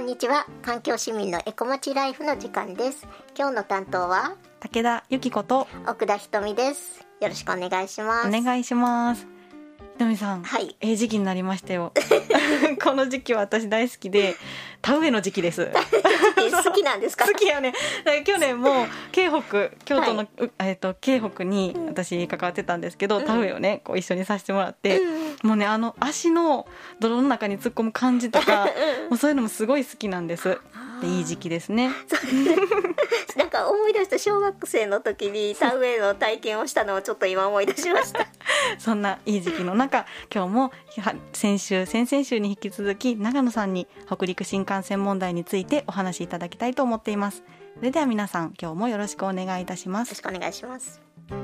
んにちは。環境市民のエコまちライフの時間です。今日の担当は武田由紀子と奥田ひとみです。よろしくお願いします。 お願いします。ひとみさん、 はい、 時期になりましたよこの時期は私大好きで、田植えの時期です好きなんですか？ 好きやね。去年も京都の、京北に私関わってたんですけど、田植えをねこう一緒にさせてもらって、もうね足の泥の中に突っ込む感じとかもうそういうのもすごい好きなんです。でいい時期ですねなんか思い出した、小学生の時に田植えの体験をしたのをちょっと今思い出しましたそんないい時期の中、今日も先々週に引き続き長野さんに北陸新幹線問題についてお話しいただきたいと思っています。それでは皆さん、今日もよろしくお願いいたします。 よろしくお願いします。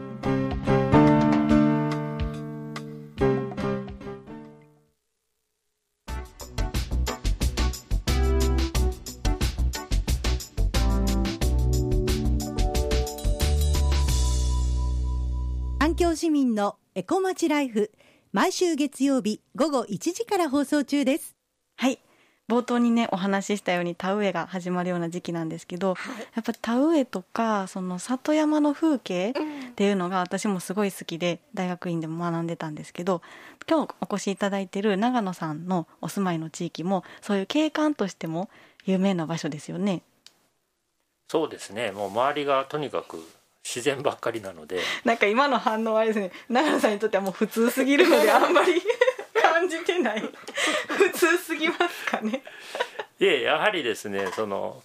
環境市民のエコまちライフ、毎週月曜日午後1時から放送中です。 はい、冒頭にねお話ししたように田植えが始まるような時期なんですけど、やっぱ田植えとかその里山の風景っていうのが私もすごい好きで、大学院でも学んでたんですけど、今日お越しいただいている長野さんのお住まいの地域もそういう景観としても有名な場所ですよね。 そうですね、もう周りがとにかく自然ばっかりなので、なんか今の反応はあれですね、長野さんにとってはもう普通すぎるのであんまり感じてない普通すぎますかね。 やはりですね、その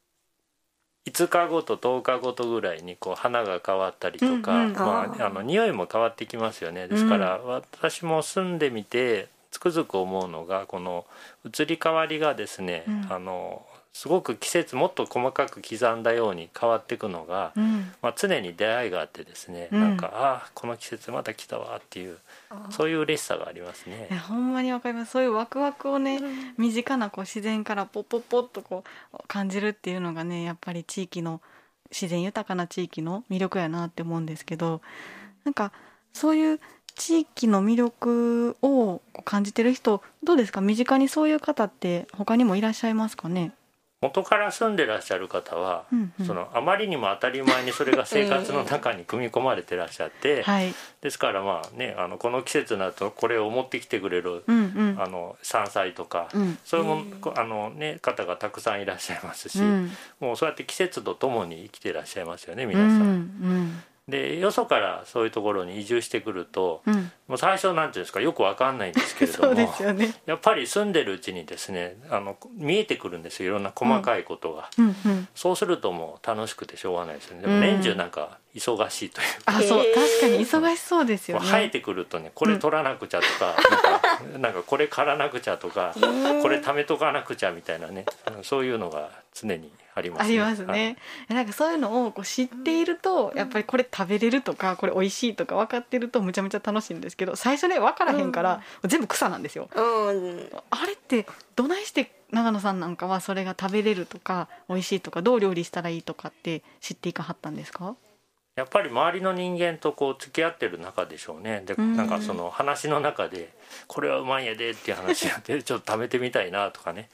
5日ごと10日ごとぐらいにこう花が変わったりとか、匂いも変わってきますよね。ですから、私も住んでみてつくづく思うのが、この移り変わりがですね、すごく季節もっと細かく刻んだように変わっていくのが、常に出会いがあってですね、なんかこの季節また来たわっていう、そういう嬉しさがありますね。 ほんまにわかります。そういうワクワクをね、身近なこう自然からポッポッポッとこう感じるっていうのがね、やっぱり地域の自然豊かな地域の魅力やなって思うんですけど、なんかそういう地域の魅力を感じてる人どうですか？身近にそういう方って他にもいらっしゃいますかね？ 元から住んでらっしゃる方は、そのあまりにも当たり前にそれが生活の中に組み込まれてらっしゃって、ですからこの季節になるとこれを持ってきてくれる、山菜とか、そういう方がたくさんいらっしゃいますし、もうそうやって季節とともに生きてらっしゃいますよね、皆さん。でよそからそういうところに移住してくると、もう最初なんていうんですか、よく分かんないんですけれどもやっぱり住んでるうちにですね、見えてくるんですよ、いろんな細かいことが。そうするともう楽しくてしょうがないですよね。でも年中なんか忙しいというか、 そう確かに忙しそうですよね。 生えてくるとね、これ取らなくちゃとか、なんかこれ刈らなくちゃとか、これ貯めとかなくちゃみたいなね、そういうのが常にありますね。 ありますね。なんかそういうのをこう知っていると、やっぱりこれ食べれるとかこれ美味しいとか分かってるとむちゃむちゃ楽しいんですけど、最初ね分からへんから、全部草なんですよ。あれってどないして長野さんなんかはそれが食べれるとか美味しいとか、どう料理したらいいとかって知っていかはったんですか？ やっぱり周りの人間とこう付き合ってる中でしょうね。でなんかその話の中でこれはうまいんやでっていう話があってちょっと食べてみたいなとかね。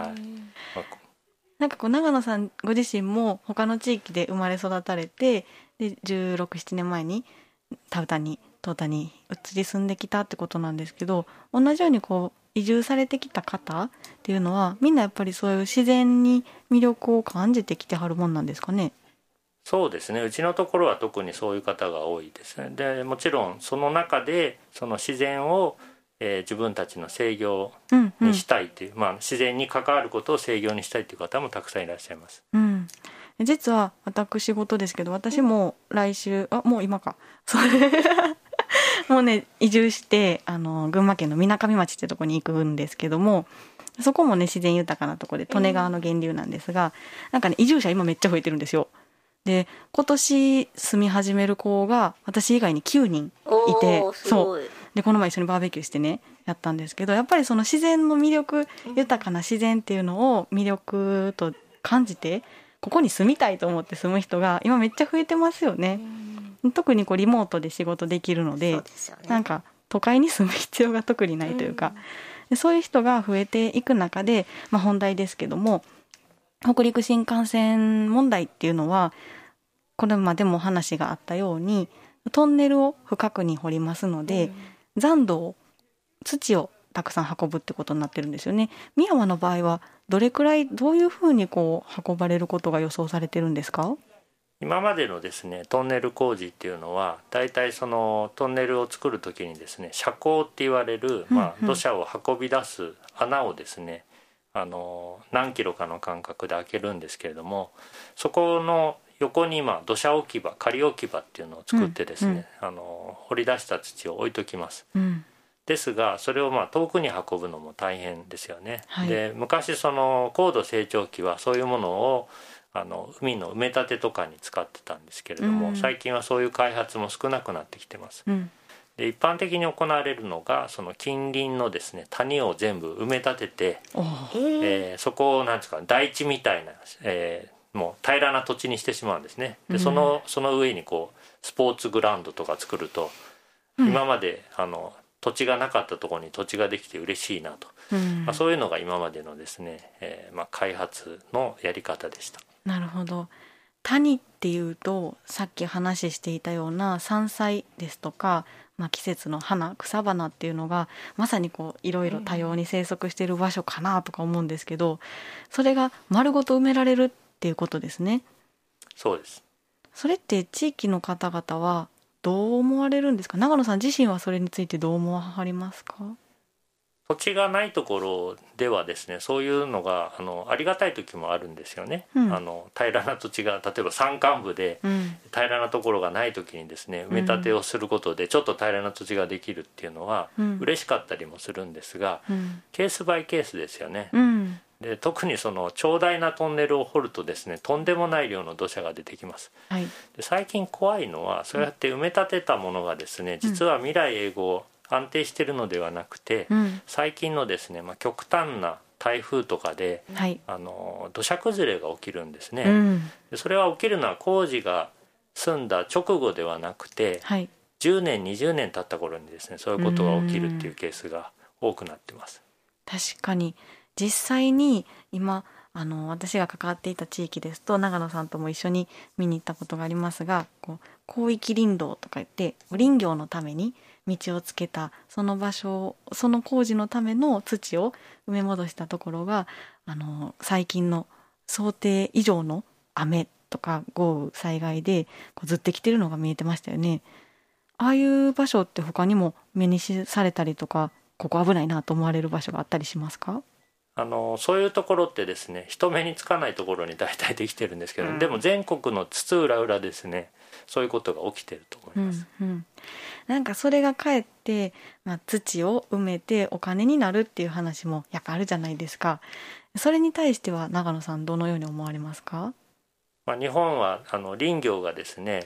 なんかこう長野さんご自身も他の地域で生まれ育たれて、で16、17年前にトータに移り住んできたってことなんですけど、同じようにこう移住されてきた方っていうのはみんなやっぱりそういう自然に魅力を感じてきてはるもんなんですかね？ そうですね、うちのところは特にそういう方が多いですね。でもちろんその中でその自然を自分たちの制御にしたいという、自然に関わることを制御にしたいという方もたくさんいらっしゃいます。 実は私事ですけど、私も来週もう今かもうね移住して群馬県の水上町ってとこに行くんですけども、そこもね自然豊かなところで利根川の源流なんですが、なんかね移住者今めっちゃ増えてるんですよ。で今年住み始める子が私以外に9人いて、そうでこの前一緒にバーベキューしてねやったんですけど、やっぱりその自然の魅力、豊かな自然っていうのを魅力と感じてここに住みたいと思って住む人が今めっちゃ増えてますよね。特にこうリモートで仕事できるので、なんか都会に住む必要が特にないというか、 でそういう人が増えていく中で、本題ですけども、北陸新幹線問題っていうのはこれまでも話があったようにトンネルを深くに掘りますので、残土土をたくさん運ぶってことになってるんですよね。美山の場合はどれくらいどういうふうにこう運ばれることが予想されてるんですか？ 今までのですねトンネル工事っていうのはだいたいそのトンネルを作る時にですね斜坑って言われる、土砂を運び出す穴をですね何キロかの間隔で開けるんですけれども、そこの横に土砂置き場仮置き場っていうのを作ってですね、掘り出した土を置いときます、ですがそれを遠くに運ぶのも大変ですよね、で昔その高度成長期はそういうものを海の埋め立てとかに使ってたんですけれども、最近はそういう開発も少なくなってきてます、で一般的に行われるのがその近隣のですね谷を全部埋め立てて、そこをなんですか台地みたいな、もう平らな土地にしてしまうんですね。でその上にこうスポーツグラウンドとか作ると、今まで土地がなかったところに土地ができて嬉しいなと、そういうのが今までのですね、開発のやり方でした。 なるほど。谷っていうとさっき話していたような山菜ですとか、季節の花草花っていうのがまさにこういろいろ多様に生息している場所かなとか思うんですけど、それが丸ごと埋められるっていうことですね。 そうです。 それって地域の方々はどう思われるんですか？長野さん自身はそれについてどう思われますか？ 土地がないところではですねそういうのがありがたい時もあるんですよね、平らな土地が例えば山間部で平らなところがない時にですね埋め立てをすることでちょっと平らな土地ができるっていうのは嬉しかったりもするんですが、ケースバイケースですよね、で特にその長大なトンネルを掘るとですねとんでもない量の土砂が出てきます、で最近怖いのはそうやって埋め立てたものがですね実は未来永劫安定しているのではなくて、最近のですね、極端な台風とかで、土砂崩れが起きるんですね、でそれは起きるのは工事が済んだ直後ではなくて、10年20年経った頃にですねそういうことが起きるっていうケースが多くなってます。 確かに実際に今私が関わっていた地域ですと長野さんとも一緒に見に行ったことがありますが、広域林道とか言って林業のために道をつけたその場所、その工事のための土を埋め戻したところが最近の想定以上の雨とか豪雨災害でずってきてるのが見えてましたよね。ああいう場所って他にも目にされたりとか、ここ危ないなと思われる場所があったりしますか？ そういうところってですね人目につかないところに大体できてるんですけど、でも全国の津々浦々ですねそういうことが起きてると思います、 なんかそれがかえって、土を埋めてお金になるっていう話もやっぱあるじゃないですか。それに対しては長野さんどのように思われますか？ 日本は林業がですね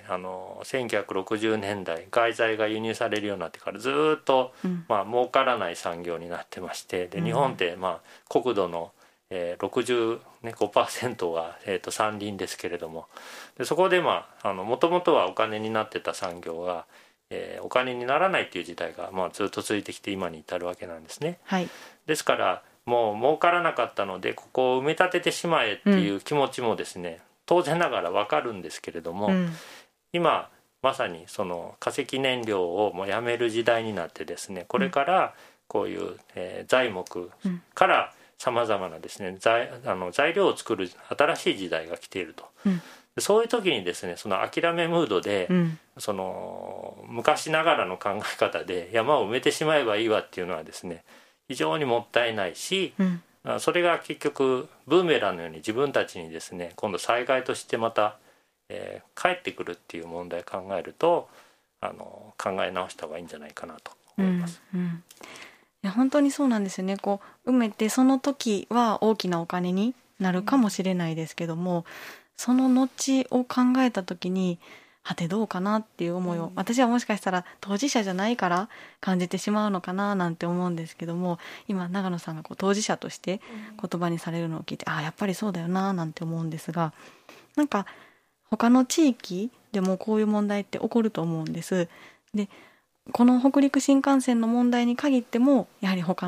1960年代外材が輸入されるようになってからずっと、儲からない産業になってまして、で日本って、国土の、65% が、山林ですけれども、でそこでもともとはお金になってた産業が、お金にならないっていう時代が、ずっと続いてきて今に至るわけなんですね、ですからもう儲からなかったのでここを埋め立ててしまえっていう気持ちもですね、当然ながら分かるんですけれども、今まさにその化石燃料をもうやめる時代になってですねこれからこういう、材木からさまざまなですね材料を作る新しい時代が来ていると、そういう時にですねその諦めムードで、その昔ながらの考え方で山を埋めてしまえばいいわっていうのはですね非常にもったいないし、それが結局ブーメランのように自分たちにですね今度災害としてまた、帰ってくるっていう問題を考えると考え直した方がいいんじゃないかなと思います、 いや本当にそうなんですよね。埋めてその時は大きなお金になるかもしれないですけども、その後を考えた時にはてどうかなっていう思いを、私はもしかしたら当事者じゃないから感じてしまうのかななんて思うんですけども、今長野さんが当事者として言葉にされるのを聞いて、やっぱりそうだよななんて思うんですが、なんか他の地域でもこういう問題って起こると思うんです。でこの北陸新幹線の問題に限ってもやはり他の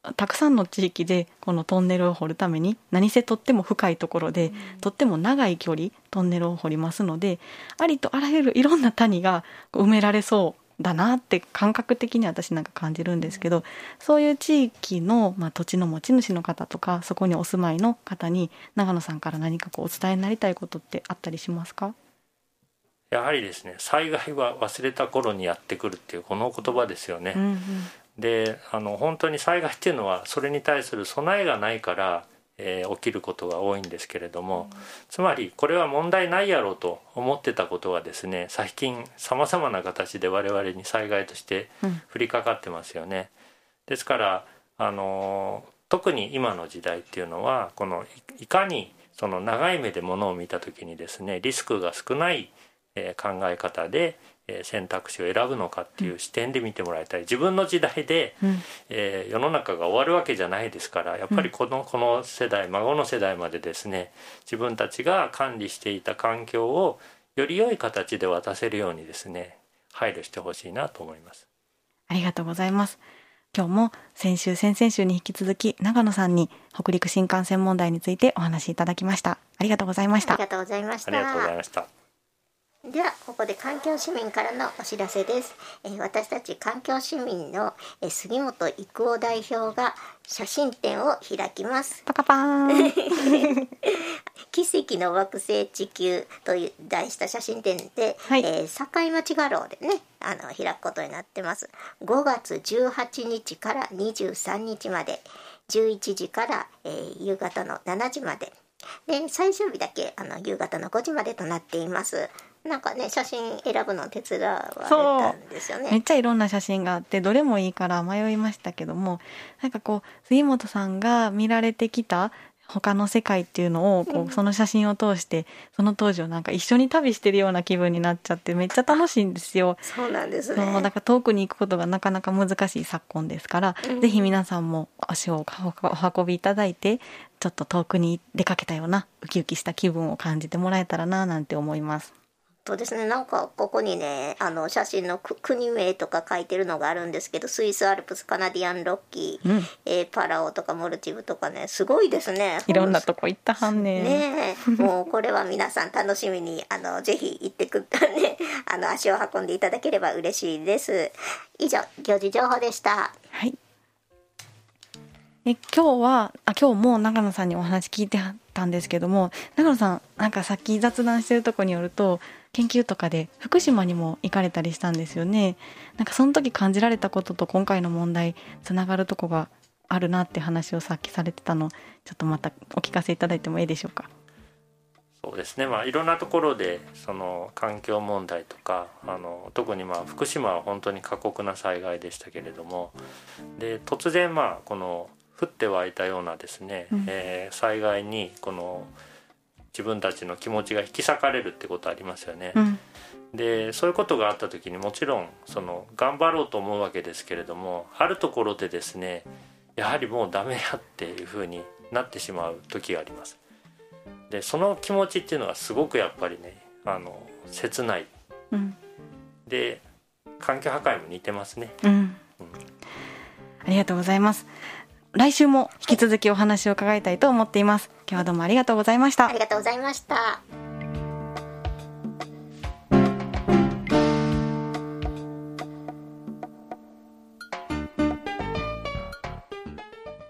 たくさんの地域でこのトンネルを掘るために何せとっても深いところで、とっても長い距離トンネルを掘りますので、ありとあらゆるいろんな谷が埋められそうだなって感覚的に私なんか感じるんですけど、そういう地域の、土地の持ち主の方とかそこにお住まいの方に長野さんから何かお伝えになりたいことってあったりしますか？ やはりですね、災害は忘れた頃にやってくるっていうこの言葉ですよね。で本当に災害っていうのはそれに対する備えがないから、起きることが多いんですけれども、つまりこれは問題ないやろうと思ってたことはですね、最近さまざまな形で我々に災害として降りかかってますよね。ですから特に今の時代っていうのは、このいかにその長い目でものを見た時にですね、リスクが少ない考え方で選択肢を選ぶのかっていう視点で見てもらいたい。自分の時代で、世の中が終わるわけじゃないですから、やっぱりこの世代、孫の世代までですね、自分たちが管理していた環境をより良い形で渡せるようにですね、配慮してほしいなと思います。 ありがとうございます。今日も先週先々週に引き続き長野さんに北陸新幹線問題についてお話しいただきました。ありがとうございました。 ありがとうございました。 ありがとうございました。 ではここで環境市民からのお知らせです。私たち環境市民の杉本育夫代表が写真展を開きます。 パカパーン奇跡の惑星地球という題した写真展で、境町画廊でね開くことになってます。5月18日から23日まで11時から、夕方の7時までで、最終日だけ夕方の5時までとなっています。なんかね、写真選ぶの手伝われたんですよね。 めっちゃいろんな写真があってどれもいいから迷いましたけども、なんか杉本さんが見られてきた他の世界っていうのをその写真を通してその当時をなんか一緒に旅してるような気分になっちゃってめっちゃ楽しいんですよ。 そうなんですね。 だから遠くに行くことがなかなか難しい昨今ですから、ぜひ皆さんも足をお運びいただいてちょっと遠くに出かけたようなウキウキした気分を感じてもらえたらななんて思います。 そうですね、なんかここにね写真の国名とか書いてるのがあるんですけど、スイスアルプス、カナディアンロッキー、パラオとかモルチブとかね、すごいですね。 いろんなとこ行ったはんねもうこれは皆さん楽しみにぜひ行ってね足を運んでいただければ嬉しいです。以上行事情報でした。 はい。今日も長野さんにお話聞いてたんですけども、長野さんなんかさっき雑談してるとこによると研究とかで福島にも行かれたりしたんですよね。なんかその時感じられたことと今回の問題つながるとこがあるなって話をさっきされてたの、ちょっとまたお聞かせいただいてもいいでしょうか。 そうですね、いろんなところでその環境問題とか特に福島は本当に過酷な災害でしたけれども、で突然この降って湧いたようなですね、災害にこの自分たちの気持ちが引き裂かれるってことありますよね。でそういうことがあった時にもちろん頑張ろうと思うわけですけれども、あるところでですね、やはりもうダメやっていう風になってしまう時があります。でその気持ちっていうのがすごくやっぱりね切ない、で環境破壊も似てますね。 ありがとうございます。来週も引き続きお話を伺いたいと思っています。今日はどうもありがとうございました。 ありがとうございました。